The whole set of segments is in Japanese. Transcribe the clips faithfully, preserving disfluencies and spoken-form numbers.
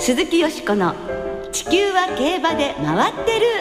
鈴木よしこの地球は競馬で回ってる。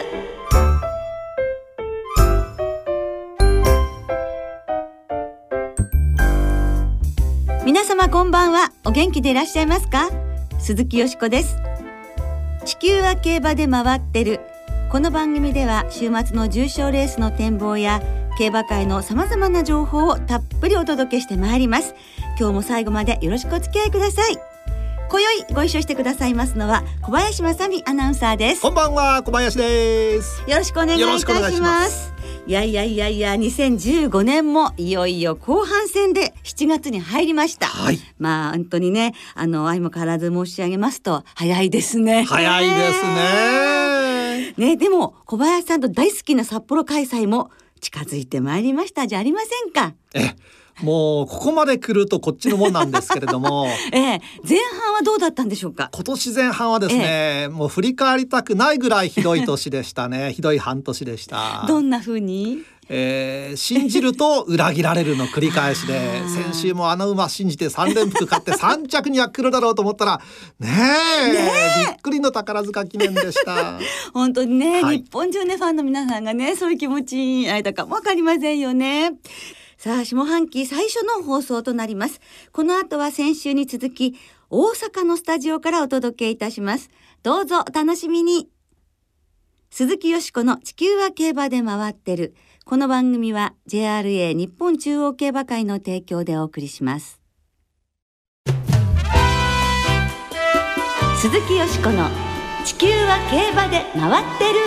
皆様こんばんは。お元気でいらっしゃいますか？鈴木よしこです。地球は競馬で回ってる。この番組では週末の重賞レースの展望や競馬界のさまざまな情報をたっぷりお届けしてまいります。今日も最後までよろしくお付き合いください。今宵ご一緒してくださいますのは小林正美アナウンサーです。 こんばんは、小林です。 よろしくお願いいたします。 しますいやいやいやいや、にせんじゅうごねんもいよいよ後半戦でしちがつに入りました。 はい、 まあ本当にね、あの相も変わらず申し上げますと早いですね。 早いですね。 ね、でも小林さんと大好きな札幌開催も近づいてまいりましたじゃありませんか。 えもうここまで来るとこっちのもんなんですけれども、 ええ、前半はどうだったんでしょうか。 今年前半はですね、ええ、もう振り返りたくないぐらいひどい年でしたね。ひどい半年でした。 どんな風に？ えー、信じると裏切られるの繰り返しで先週もあの馬信じてさん連複買ってさん着には来るだろうと思ったらねえ、ねえびっくりの宝塚記念でした本当にね、 はい、 日本中ねファンの皆さんがねそういう気持ちになれたかもわかりませんよね。さあ下半期最初の放送となります。この後は先週に続き大阪のスタジオからお届けいたします。どうぞお楽しみに。鈴木よしこの地球は競馬で回ってる。この番組は ジェイアールエー 日本中央競馬会の提供でお送りします。鈴木よしこの地球は競馬で回ってる。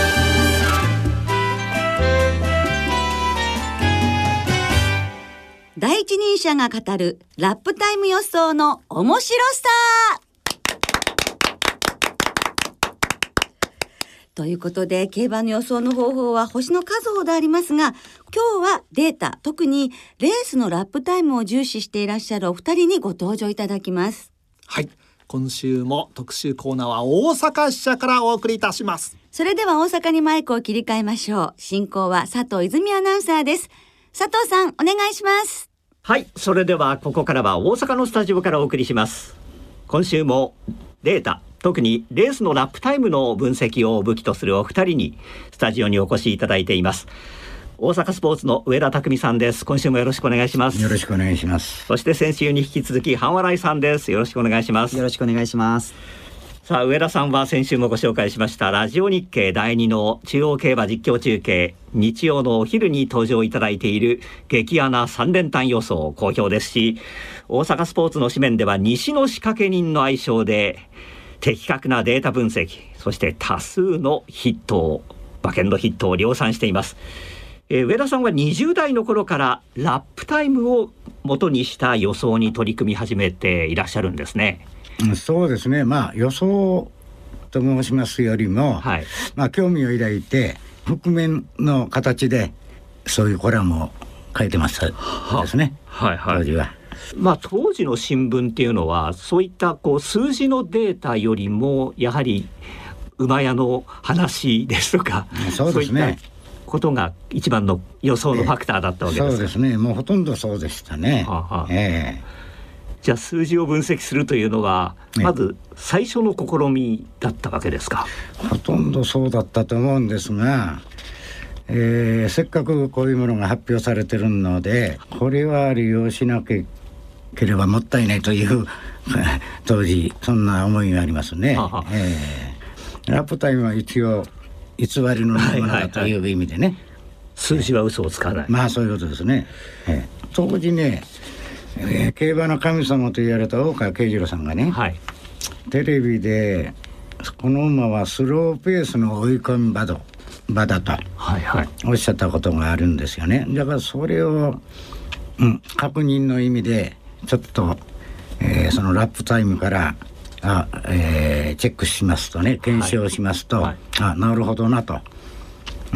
第一人者が語るラップタイム予想の面白さということで、競馬の予想の方法は星の数ほどありますが、今日はデータ、特にレースのラップタイムを重視していらっしゃるお二人にご登場いただきます。 はい、今週も特集コーナーは大阪支社からお送りいたします。 それでは大阪にマイクを切り替えましょう。進行は佐藤泉アナウンサーです。佐藤さん、お願いします。 はい、それではここからは大阪のスタジオからお送りします。今週もデータ、特にレースのラップタイムの分析を武器とするお二人にスタジオにお越しいただいています。大阪スポーツの上田匠さんです。今週もよろしくお願いします。 よろしくお願いします。 そして先週に引き続き半笑いさんです。よろしくお願いします。 よろしくお願いします。 さあ、上田さんは先週もご紹介しましたラジオ日経だいにの中央競馬実況中継、日曜のお昼に登場いただいている激穴さん連単予想好評ですし、大阪スポーツの紙面では西の仕掛け人の愛称で的確なデータ分析、そして多数のヒットを馬券のヒットを量産しています。えー、上田さんはにじゅう代の頃からラップタイムを元にした予想に取り組み始めていらっしゃるんですね。 そうですね、まあ予想と申しますよりも、はい、まあ興味を抱いて覆面の形でそういうコラムを書いてますですね、 はいはい、 当時は。 まあ、当時の新聞っていうのはそういったこう数字のデータよりもやはり馬屋の話ですとか、 そうですね、 そういったことが一番の予想のファクターだったわけですか。 そうですね、もうほとんどそうでしたね、はあはあ、えーじゃあ数字を分析するというのはまず最初の試みだったわけですか。 ほとんどそうだったと思うんですが、えー、せっかくこういうものが発表されてるのでこれは利用しなければもったいないという当時そんな思いがありますね。はは、えー、ラップタイムは一応偽りのものだという意味でね、はいはいはい、 数字は嘘をつかない、 まあそういうことですね、えー、当時ね、えー、競馬の神様と言われた大川慶次郎さんがね、はい、テレビでこの馬はスローペースの追い込み馬だ馬だとおっしゃったことがあるんですよね。だからそれを、うん、確認の意味でちょっと、えー、そのラップタイムからあ、えー、チェックしますとね、検証しますと、はいはい、あ、なるほどなと、うん、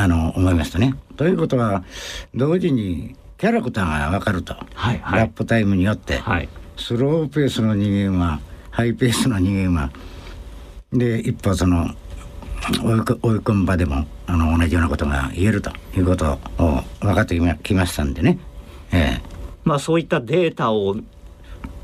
あの思いましたね。ということは同時にキャラクターが分かると、はいはい、ラップタイムによって、はい、スローペースの人間はハイペースの人間はで一方その追い込む場でもあの同じようなことが言えるということを分かってきましたんでね、えーまあ、そういったデータを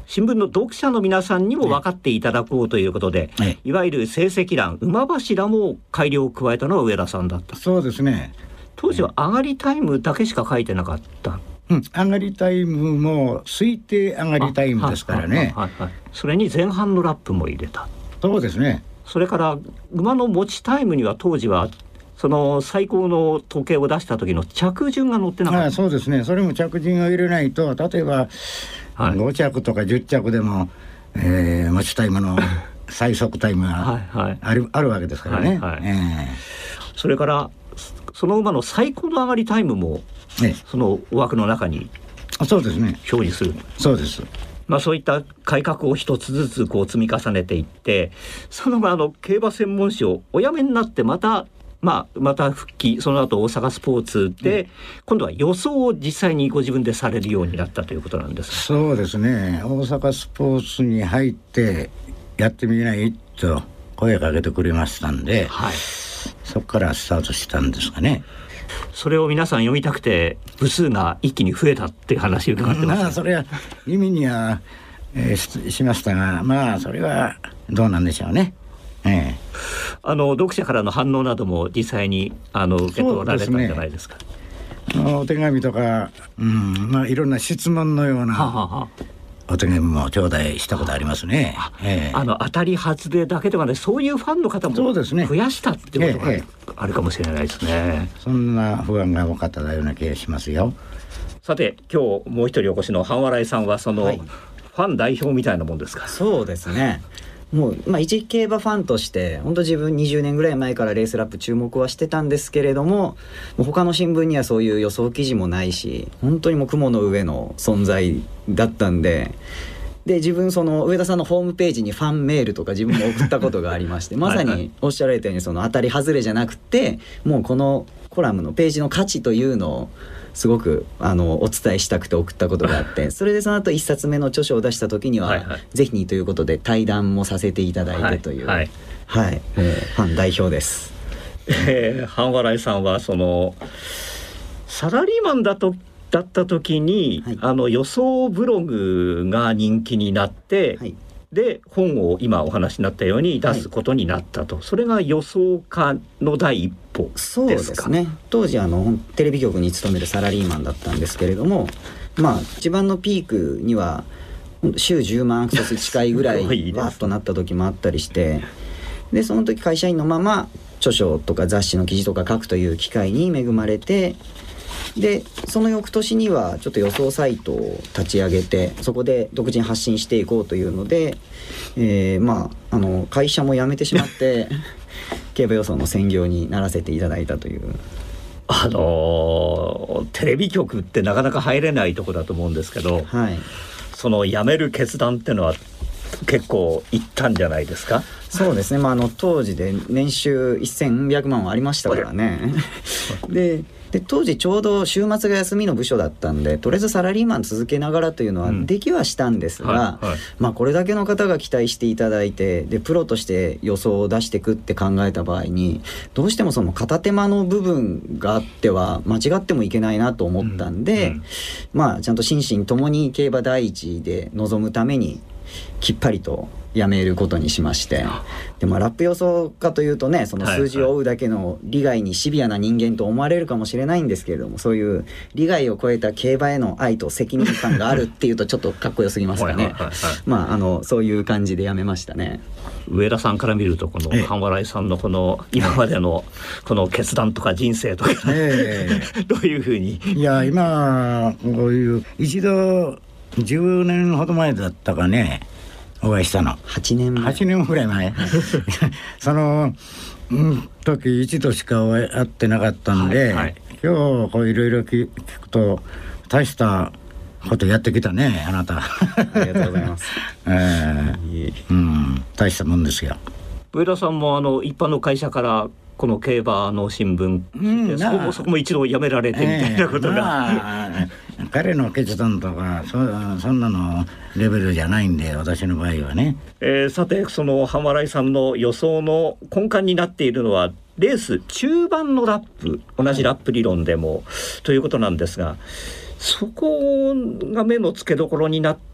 新聞の読者の皆さんにも分かっていただこうということで、 ええ、 いわゆる成績欄馬柱も改良を加えたのは上田さんだった。 そうですね。 当時は上がりタイムだけしか書いてなかった、 うん、上がりタイムも推定上がりタイムですからね。 はいはいはい、それに前半のラップも入れた。 そうですね。 それから馬の持ちタイムには当時はその最高の時計を出した時の着順が載ってなかった。 ああ、そうですね。それも着順を入れないと、例えば、はい、ご着とかじゅっ着でも、えー、持ちタイムの最速タイムがある、はいはい、あるわけですからね、はいはい、えー、それからその馬の最高の上がりタイムも、ね、その枠の中にそうですね、 表示する。 そうです。 まあ、そういった改革を一つずつこう積み重ねていって、そのあの競馬専門誌をお辞めになってまた、まあ、また復帰、その後大阪スポーツで、うん、今度は予想を実際にご自分でされるようになったということなんです。 そうですね。大阪スポーツに入ってやってみないと声かけてくれましたんで、はい、そこからスタートしたんですかね。 それを皆さん読みたくて部数が一気に増えたっていう話を伺ってます。 まあそれは意味には、えー、し, しましたが、まあそれはどうなんでしょうね。ええ、 あの読者からの反応なども実際にあの受け取られたんじゃないですか。 そうですね、お手紙とか、うん、まあいろんな質問のようなはははお手紙も頂戴したことありますね。 あ、ええ、あの当たり外れだけではね、そういうファンの方も増やしたっていうことがあるかもしれないですね。 ええ、そんな不安が多かったような気がしますよ。 さて今日もう一人お越しの半笑いさんはその、はい、ファン代表みたいなもんですか。 そうですね。もう、まあ、一競馬ファンとして本当自分にじゅうねんぐらい前からレースラップ注目はしてたんですけれども、もう他の新聞にはそういう予想記事もないし、本当にもう雲の上の存在だったんで、で自分その上田さんのホームページにファンメールとか自分も送ったことがありましてまさにおっしゃられたようにその当たり外れじゃなくて、もうこのコラムのページの価値というのをすごくあのお伝えしたくて送ったことがあって、それでその後一冊目の著書を出した時には、はいはい、ぜひにということで対談もさせていただいてという、はいはいはい、えー、ファン代表です。 えー、半笑いさんはそのサラリーマンだとだった時に、はい、あの予想ブログが人気になって、はい、で本を今お話になったように出すことになったと、はい、それが予想家の第一歩ですか。 そうですね。当時あのテレビ局に勤めるサラリーマンだったんですけれども、まあ一番のピークには週じゅうまんアクセス近いぐらいわっとなった時もあったりして、でその時会社員のまま著書とか雑誌の記事とか書くという機会に恵まれて、でその翌年にはちょっと予想サイトを立ち上げて、そこで独自に発信していこうというので、えー、まああの会社も辞めてしまって競馬予想の専業にならせていただいたという。 あのー、テレビ局ってなかなか入れないとこだと思うんですけど、はい、その辞める決断っていうのは結構いったんじゃないですか。 そうですね、まあ、あの当時で年収せんびゃくまんはありましたからねでで当時ちょうど週末が休みの部署だったんで、とりあえずサラリーマン続けながらというのはできはしたんですが、うんはいはい、まあ、これだけの方が期待していただいて、でプロとして予想を出していくって考えた場合に、どうしてもその片手間の部分があっては間違ってもいけないなと思ったんで、うんうん、まあちゃんと心身ともに競馬第一で臨むためにきっぱりとやめることにしまして、でもラップ予想家というとね、その数字を追うだけの利害にシビアな人間と思われるかもしれないんですけれども、そういう利害を超えた競馬への愛と責任感があるっていうとちょっとかっこよすぎますかねまああのそういう感じでやめましたね。 上田さんから見るとこの半笑いさんのこの今までのこの決断とか人生とか、えー、どういうふうに。 いや今こういう一度じゅうねんほど前だったかね、お会いしたのはちねんまえはちねんぐらい前その、うん、時一度しか会ってなかったんで、はいはい、今日こういろいろ聞くと大したことやってきたねあなたありがとうございます、えーうん、大したもんですよ。 上田さんもあの一般の会社からこの競馬の新聞、うん、そこもそこも一度辞められてみたいなことが、えーまあ、 彼の決断とか そ, そんなのレベルじゃないんで、私の場合はね、 えー、さてその半笑いさんの予想の根幹になっているのはレース中盤のラップ、同じラップ理論でも、はい、ということなんですが、そこが目の付けどころになっ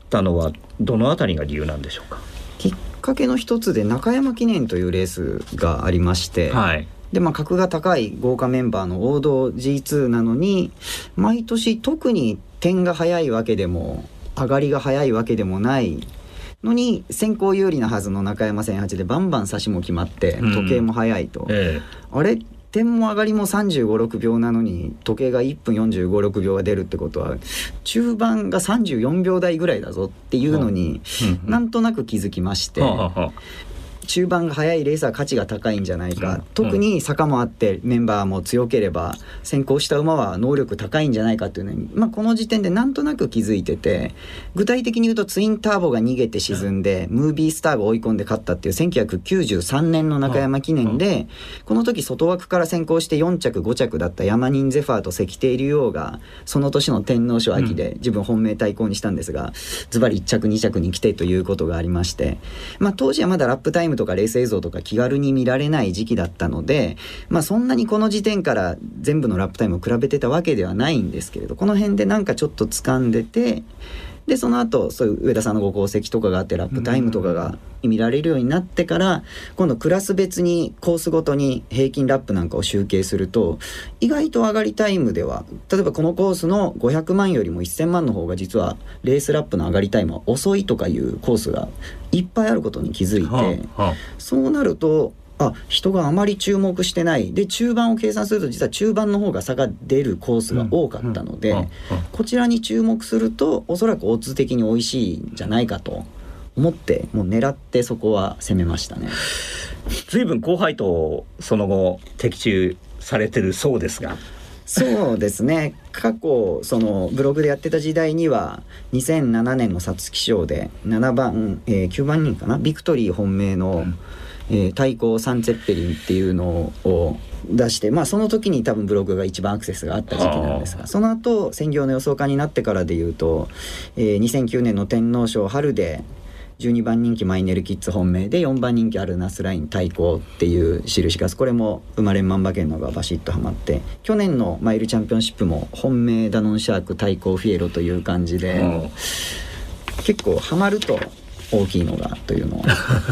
ったのはどのあたりが理由なんでしょうか。 きっかけの一つで中山記念というレースがありまして、はい、でまあ、格が高い豪華メンバーの王道 ジーツー なのに毎年特に点が速いわけでも上がりが速いわけでもないのに先行有利なはずの中山せんはちでバンバン差しも決まって時計も速いと、うんええ、あれ点も上がりもさんじゅうご、ろくびょうなのに時計がいっぷんよんじゅうご、ろくびょうが出るってことは中盤がさんじゅうよんびょう台ぐらいだぞっていうのに、うん、なんとなく気づきまして、ははは中盤が速いレースは価値が高いんじゃないか、うん、特に坂もあってメンバーも強ければ先行した馬は能力高いんじゃないかっていうのに、まあ、この時点でなんとなく気づいてて、具体的に言うとツインターボが逃げて沈んで、うん、ムービースターが追い込んで勝ったっていうせんきゅうひゃくきゅうじゅうさんねんの中山記念で、うん、この時外枠から先行してよん着ご着だったヤマニンゼファーと石庭竜王がその年の天皇賞秋で自分本命対抗にしたんですが、ズバリいっ着に着に来てということがありまして、まあ、当時はまだラップタイムとかレース映像とか気軽に見られない時期だったので、まあ、そんなにこの時点から全部のラップタイムを比べてたわけではないんですけれど、この辺でなんかちょっと掴んでて、でその後そういう上田さんのご功績とかがあってラップタイムとかが見られるようになってから、今度クラス別にコースごとに平均ラップなんかを集計すると、意外と上がりタイムでは例えばこのコースのごひゃくまんよりもせんまんの方が実はレースラップの上がりタイムは遅いとかいうコースがいっぱいあることに気づいて、はあはあ、そうなるとあ人があまり注目してないで、中盤を計算すると実は中盤の方が差が出るコースが多かったので、うんうんうん、こちらに注目するとおそらくオッズ的に美味しいんじゃないかと思って、もう狙ってそこは攻めましたね。 随分高配当その後的中されてるそうですが。 そうですね、過去そのブログでやってた時代にはにせんななねんの皐月賞でななばん、えー、きゅうばん人かな、ビクトリー本命の、うんえー、対抗サンツェッペリンっていうのを出して、まあ、その時に多分ブログが一番アクセスがあった時期なんですが、その後専業の予想家になってからでいうと、えー、にせんきゅうねんの天皇賞春でじゅうにばん人気マイネルキッズ本命でよんばん人気アルナスライン対抗っていう印が、これも生まれん万馬券のがバシッとはまって、去年のマイルチャンピオンシップも本命ダノンシャーク対抗フィエロという感じで、結構はまると大きいのがというのは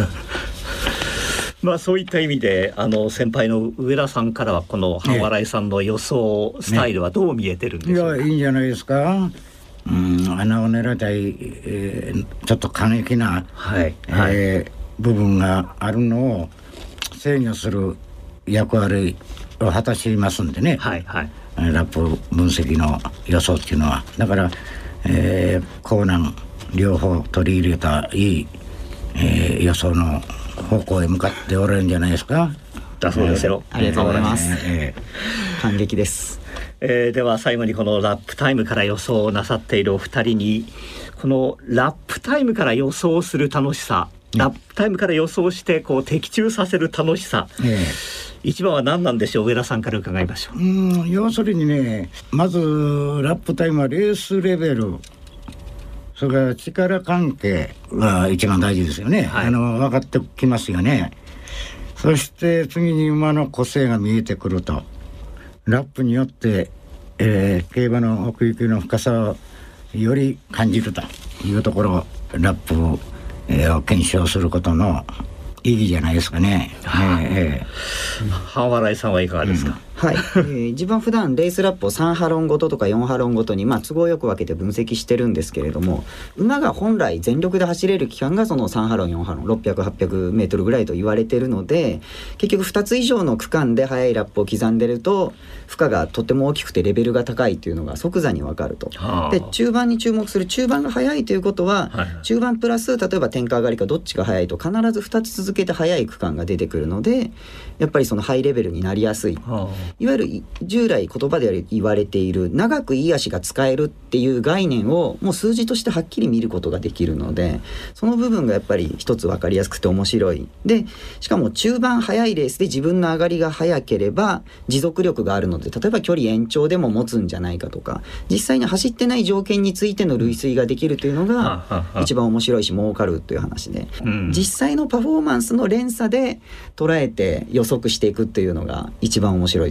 まあそういった意味であの先輩の上田さんからはこの半笑いさんの予想スタイルはどう見えてるんでしょうか。 ねね、いやいいんじゃないですか。うん、穴を狙いたい、えー、ちょっと過激な、はいはいえー、部分があるのを制御する役割を果たしますんでね、はいはい、ラップ分析の予想っていうのはだから、えー、高難両方取り入れたいい、えー、予想の方向へ向かっておられるんじゃないですか。 だそうですよ、 えー、ありがとうございます、えー、感激です。 えー、では最後にこのラップタイムから予想をなさっているお二人に、このラップタイムから予想する楽しさ、ラップタイムから予想してこう的中させる楽しさ、えー、一番は何なんでしょう。上田さんから伺いましょう。 うん、要するにね、まずラップタイムはレースレベル、それから力関係が一番大事ですよね、はい、あの分かってきますよね。そして次に馬の個性が見えてくると、ラップによって、えー、競馬の奥行きの深さをより感じるというところをラップを、えー、検証することの意義じゃないですかね。 えー、半笑いさんはいかがですか。うんはい、えー、自分は普段レースラップをさんハロンごととかよんハロンごとに、まあ、都合よく分けて分析してるんですけれども、馬が本来全力で走れる期間がそのさんハロンよんハロンろっぴゃくはっぴゃくメートルぐらいと言われてるので、結局ふたつ以上の区間で速いラップを刻んでると負荷がとても大きくてレベルが高いというのが即座に分かると。で中盤に注目する、中盤が速いということは、はい、中盤プラス例えば点火上がりかどっちが速いと必ずふたつ続けて速い区間が出てくるので、やっぱりそのハイレベルになりやすい、いわゆる従来言葉で言われている長くいい足が使えるっていう概念をもう数字としてはっきり見ることができるので、その部分がやっぱり一つ分かりやすくて面白い。でしかも中盤速いレースで自分の上がりが速ければ持続力があるので、例えば距離延長でも持つんじゃないかとか、実際に走ってない条件についての類推ができるというのが一番面白いし儲かるという話で、うん、実際のパフォーマンスの連鎖で捉えて予測していくっていうのが一番面白いと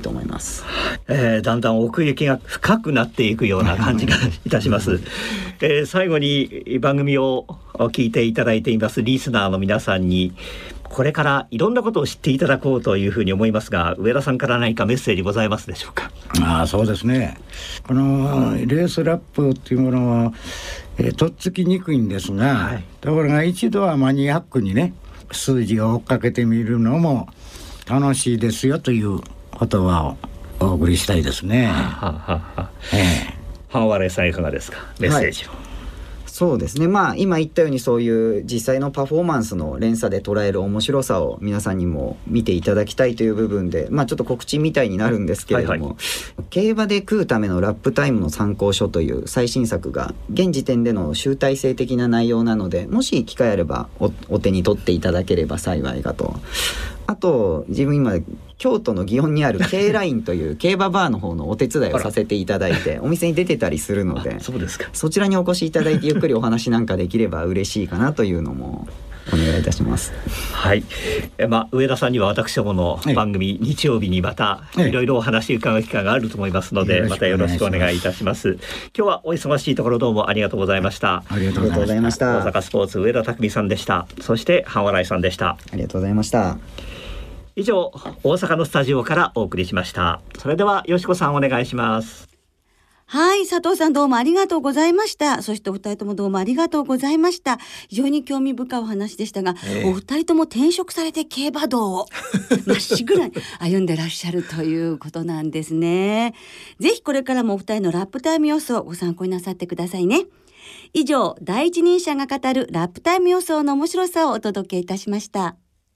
と思います。 えー、だんだん奥行きが深くなっていくような感じがいたします、えー、最後に番組を聞いていただいていますリスナーの皆さんにこれからいろんなことを知っていただこうというふうに思いますが、上田さんから何かメッセージございますでしょうか。 ああ、そうですね。このレースラップっていうものは、えー、とっつきにくいんですが、はい、ところが一度はマニアックにね数字を追っかけてみるのも楽しいですよという言葉をお送りしたいですね。ははは、えー、半割れさんいかがですか、メッセージを。はい、 そうですね、まあ今言ったようにそういう実際のパフォーマンスの連鎖で捉える面白さを皆さんにも見ていただきたいという部分で、まあちょっと告知みたいになるんですけれども、はいはい、競馬で食うためのラップタイムの参考書という最新作が現時点での集大成的な内容なので、もし機会あれば お, お手に取っていただければ幸いかと。あと自分今京都の祇園にある K ラインという競馬バーの方のお手伝いをさせていただいてお店に出てたりするので、 そうですか、 そちらにお越しいただいてゆっくりお話なんかできれば嬉しいかなというのもお願いいたします。 はい、え、まあ、上田さんには私どもの番組、はい、日曜日にまたいろいろお話伺う機会があると思いますので、はい、またよろしくお願いいたします。今日はお忙しいところどうもありがとうございました。 ありがとうございました。 大阪スポーツ上田匠さんでした。そして半笑いさんでした。 ありがとうございました。 以上、大阪のスタジオからお送りしました。それではよしこさんお願いします。 はい、佐藤さんどうもありがとうございました。そしてお二人ともどうもありがとうございました。非常に興味深いお話でしたが、えー、お二人とも転職されて競馬道をまっしぐらい歩んでらっしゃるということなんですね。ぜひこれからもお二人のラップタイム予想をご参考になさってくださいね。以上、第一人者が語るラップタイム予想の面白さをお届けいたしました。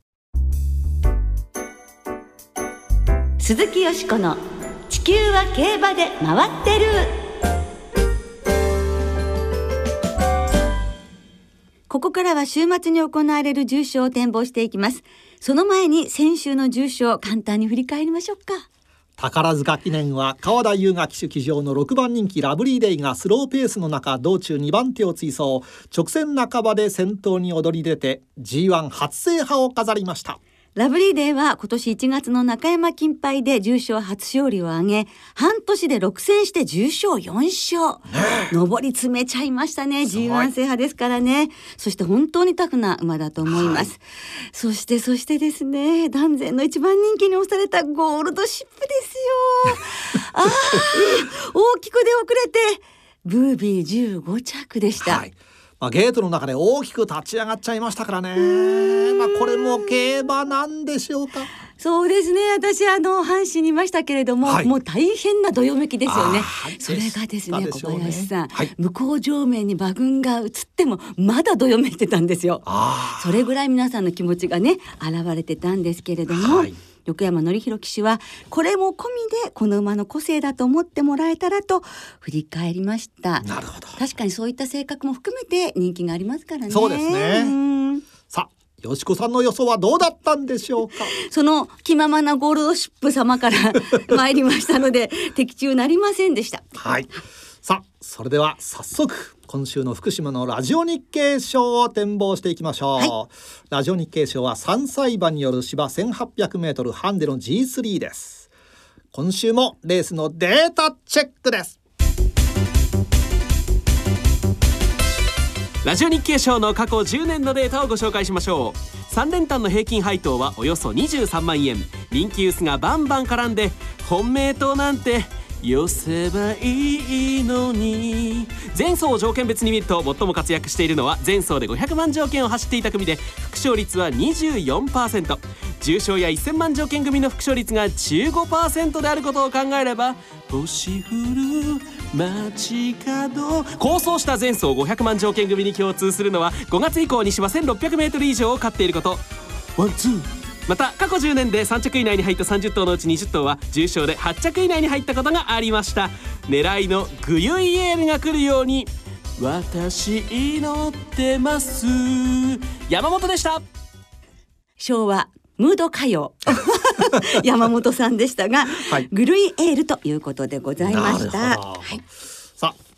鈴木よしこの地球は競馬で回ってる。ここからは週末に行われる重賞を展望していきます。その前に先週の重賞を簡単に振り返りましょうか。 宝塚記念は川田優雅騎手騎乗のろくばん人気ラブリーデイがスローペースの中道中にばん手を追走、直線半ばで先頭に躍り出て ジーワン 初制覇を飾りました。 ラブリーデーは今年いちがつの中山金杯で重賞初勝利を挙げ、半年でろく戦して重賞よん勝、上り詰めちゃいましたね。 ジーワン 制覇ですからね。そして本当にタフな馬だと思います、はい、そしてそしてですね、断然の一番人気に押されたゴールドシップですよあー大きく出遅れてブービーじゅうご着でした、はい、 まあ、ゲートの中で大きく立ち上がっちゃいましたからね。まあ、これも競馬なんでしょうか。 そうですね、私あの阪神にいましたけれども、はい、もう大変などよめきですよね。それがですね、小林さん、はい、向こう上面に馬群が映ってもまだどよめいてたんですよ。それぐらい皆さんの気持ちがね現れてたんですけれども、はい、横山典弘騎手はこれも込みでこの馬の個性だと思ってもらえたらと振り返りました。 なるほど。 確かにそういった性格も含めて人気がありますからね。 そうですね。うん、さあ、よしこさんの予想はどうだったんでしょうか。 その気ままなゴールドシップ様から参りましたので的中なりませんでした。 はい、さあそれでは早速今週の福島のラジオ日経賞を展望していきましょう、はい、ラジオ日経賞はさんさい馬による芝 せんはっぴゃくメートル ハンデの ジースリー です。今週もレースのデータチェックです。 ラジオ日経賞の過去じゅうねんのデータをご紹介しましょう。さん連単の平均配当はおよそにじゅうさんまんえん、人気薄がバンバン絡んで本命となんて寄せばいいのに。前走を条件別に見ると最も活躍しているのは前走でごひゃくまん条件を走っていた組で副勝率は にじゅうよんパーセント、 重賞やせんまん条件組の副勝率が じゅうごパーセント であることを考えれば星降る街角。構想した前走ごひゃくまん条件組に共通するのはごがつ以降に芝 せんろっぴゃくメートル 以上を勝っていること。ワンツー。また過去じゅうねんでさん着以内に入ったさんじゅっ頭のうちにじゅっ頭は重賞ではち着以内に入ったことがありました。狙いのグユイエールが来るように私祈ってます。山本でした。 昭和ムード歌謡山本さんでしたが、はい、グルイエールということでございました。 はい、さあ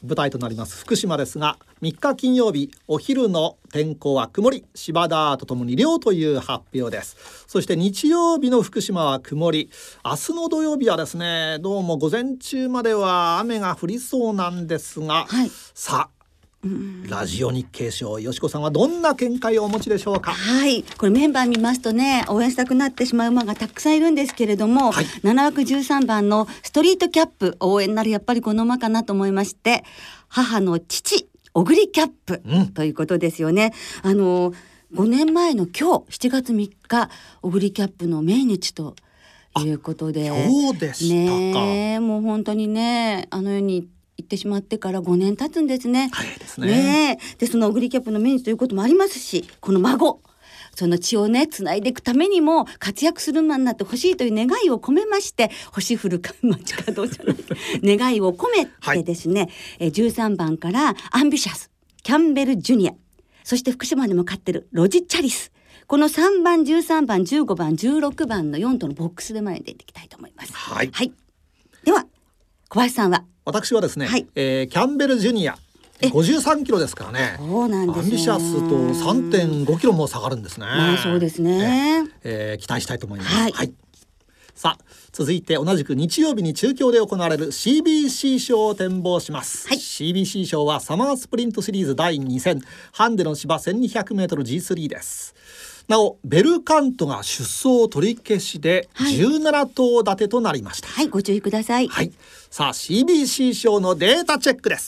舞台となります福島ですが、みっか金曜日お昼の天候は曇り、芝田とともに涼という発表です。そして日曜日の福島は曇り、明日の土曜日はですね、どうも午前中までは雨が降りそうなんですが、はい、さあラジオ日経賞、よしこさんはどんな見解をお持ちでしょうか。 はい、これメンバー見ますとね、応援したくなってしまう馬がたくさんいるんですけれども、はい、ななわくじゅうさんばんのストリートキャップ、応援になるやっぱりこの馬かなと思いまして、母の父オグリキャップ、うん、ということですよね。あのごねんまえの今日しちがつみっか、オグリキャップの命日ということで、 そうでしたか。 ね、もう本当にね、あのように行ってしまってからごねん経つんですね。 早いですね。 ねで、そのオグリキャップの命日ということもありますし、この孫、その血をねつないでいくためにも活躍する馬になってほしいという願いを込めまして、星降るか街角じゃない願いを込めてですね、はい、じゅうさんばんからアンビシャス、キャンベルジュニア、そして福島でも勝ってるロジチャリス、このさんばんじゅうさんばんじゅうごばんじゅうろくばんのよん頭のボックスで前に出ていきたいと思います。 はい、 はい、では小林さんは。 私はですね、はい、えー、キャンベルジュニアごじゅうさんキロですからね。 そうなんですね。 アンビシャスと さんてんごキロも下がるんですね。 まあそうですね、 えー、期待したいと思います。 はい、 はい、さあ続いて同じく日曜日に中京で行われる シービーシー 賞を展望します。はい、シービーシー 賞はサマースプリントシリーズだいに戦、ハンデの芝 せんにひゃくメートルジースリー です。なおベルカントが出走取り消しでじゅうなな頭立てとなりました。 はい、はい、ご注意ください。 はい、さあ シービーシー 賞のデータチェックです。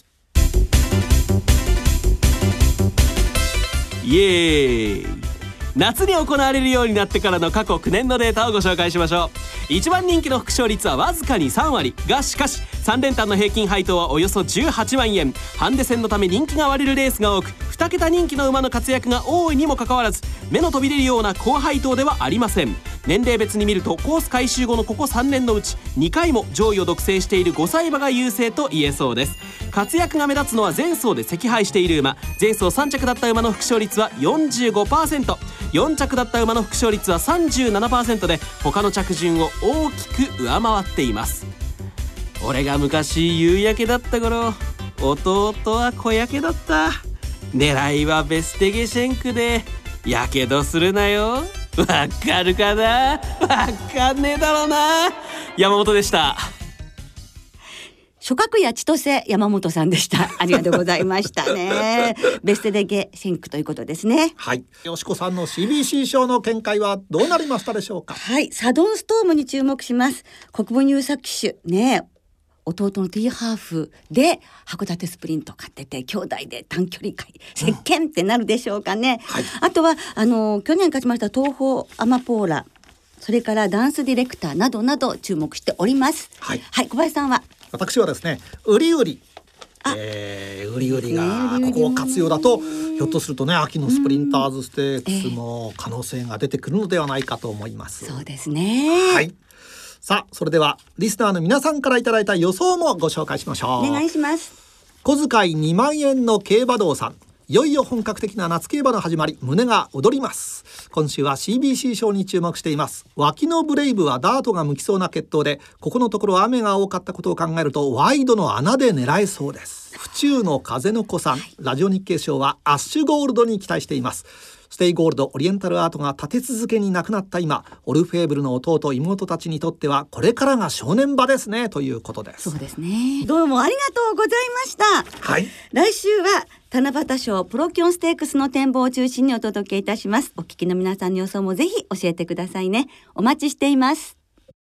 イエーイ、夏に行われるようになってからの過去きゅうねんのデータをご紹介しましょう。いちばん人気の副賞率はわずかにさんわりが、しかしさん連単の平均配当はおよそじゅうはちまんえん。ハンデ戦のため人気が割れるレースが多く、に桁人気の馬の活躍が多いにもかかわらず、目の飛び出るような高配当ではありません。年齢別に見るとコース改修後のここさんねんのうちにかいも上位を独占しているごさい馬が優勢と言えそうです。活躍が目立つのは前走で惜敗している馬。前走さん着だった馬の副賞率は よんじゅうごパーセント、よん着だった馬の副賞率は さんじゅうななパーセント で、他の着順を大きく上回っています。俺が昔夕焼けだった頃、弟は小焼けだった。狙いはベステゲシェンクでやけどするなよ。わかるかな。わかんねえだろうな。山本でした。 諸角や千歳山本さんでした。ありがとうございましたね。ベステデゲシンクということですね。 はい、よしこさんの シービーシー 賞の見解はどうなりましたでしょうか。 はい、サドンストームに注目します。国分優作騎手ね、弟の T ハーフで函館スプリントを勝ってて、兄弟で短距離界石鹸ってなるでしょうかね。うん、はい、あとはあの去年勝ちました東方アマポーラ、それからダンスディレクターなどなど注目しております。はい、はい、小林さんは。 私はですね、ウリウリ、えー、ウリウリがここ活用だと、ひょっとするとね、秋のスプリンターズステークスの可能性が出てくるのではないかと思います。 えー、そうですね。 はい、さあそれではリスナーの皆さんからいただいた予想もご紹介しましょう。 お願いします。 小遣いにまんえんの競馬道さん、いよいよ本格的な夏競馬の始まり、胸が躍ります。今週は シービーシー 賞に注目しています。脇のブレイブはダートが向きそうな決闘で、ここのところ雨が多かったことを考えるとワイドの穴で狙えそうです。府中の風の子さん、ラジオ日経賞はアッシュゴールドに期待しています。ステイゴールド、オリエンタルアートが立て続けに亡くなった今、オルフェーブルの弟妹たちにとってはこれからが正念場ですね、ということです。 そうですね。どうもありがとうございました。はい、来週は七夕賞プロキョンステークスの展望を中心にお届けいたします。お聞きの皆さんの予想もぜひ教えてくださいね。お待ちしています。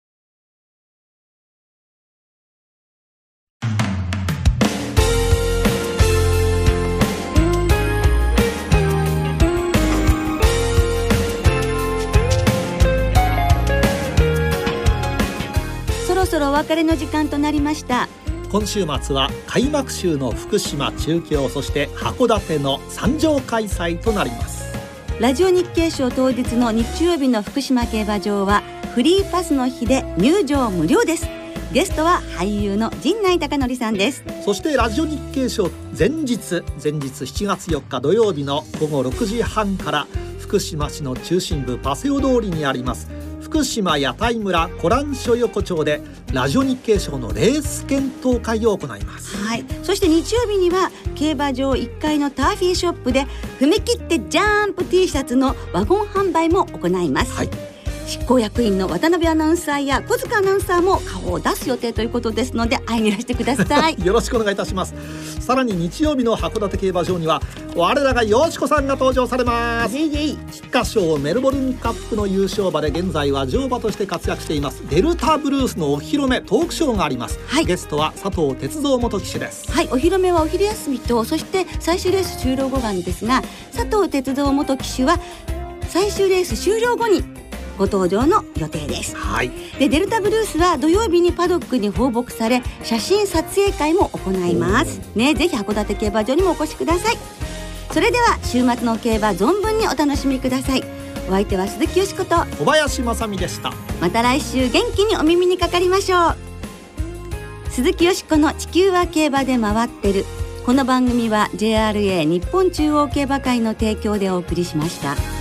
そろそろお別れの時間となりました。 今週末は開幕週の福島、中京、そして函館のさん場開催となります。 ラジオ日経賞当日の日曜日の福島競馬場はフリーパスの日で入場無料です。ゲストは俳優の陣内孝則さんです。 そしてラジオ日経賞前日前日しちがつよっか土曜日のごごろくじはんから福島市の中心部パセオ通りにあります福島屋台村湖南所横丁でラジオ日経賞のレース検討会を行います。 はい、そして日曜日には競馬場いっかいのターフィーショップで踏み切ってジャンプ T シャツのワゴン販売も行います。はい、執行役員の渡辺アナウンサーや小塚アナウンサーも顔を出す予定ということですので会いにいらしてくださいよろしくお願いいたします。さらに日曜日の函館競馬場には我らがよしこさんが登場されます。菊花賞メルボルンカップの優勝馬で現在は乗馬として活躍していますデルタブルースのお披露目トークショーがあります。はい、ゲストは佐藤鉄道元騎手です。 はい、お披露目はお昼休みとそして最終レース終了後なんですが、佐藤鉄道元騎手は最終レース終了後にご登場の予定です。はい、でデルタブルースは土曜日にパドックに放牧され写真撮影会も行いますね。ぜひ函館競馬場にもお越しください。それでは週末の競馬存分にお楽しみください。お相手は鈴木よしこと小林正美でした。 また来週元気にお耳にかかりましょう。鈴木よしこの地球は競馬で回ってる。この番組は ジェイアールエー 日本中央競馬会の提供でお送りしました。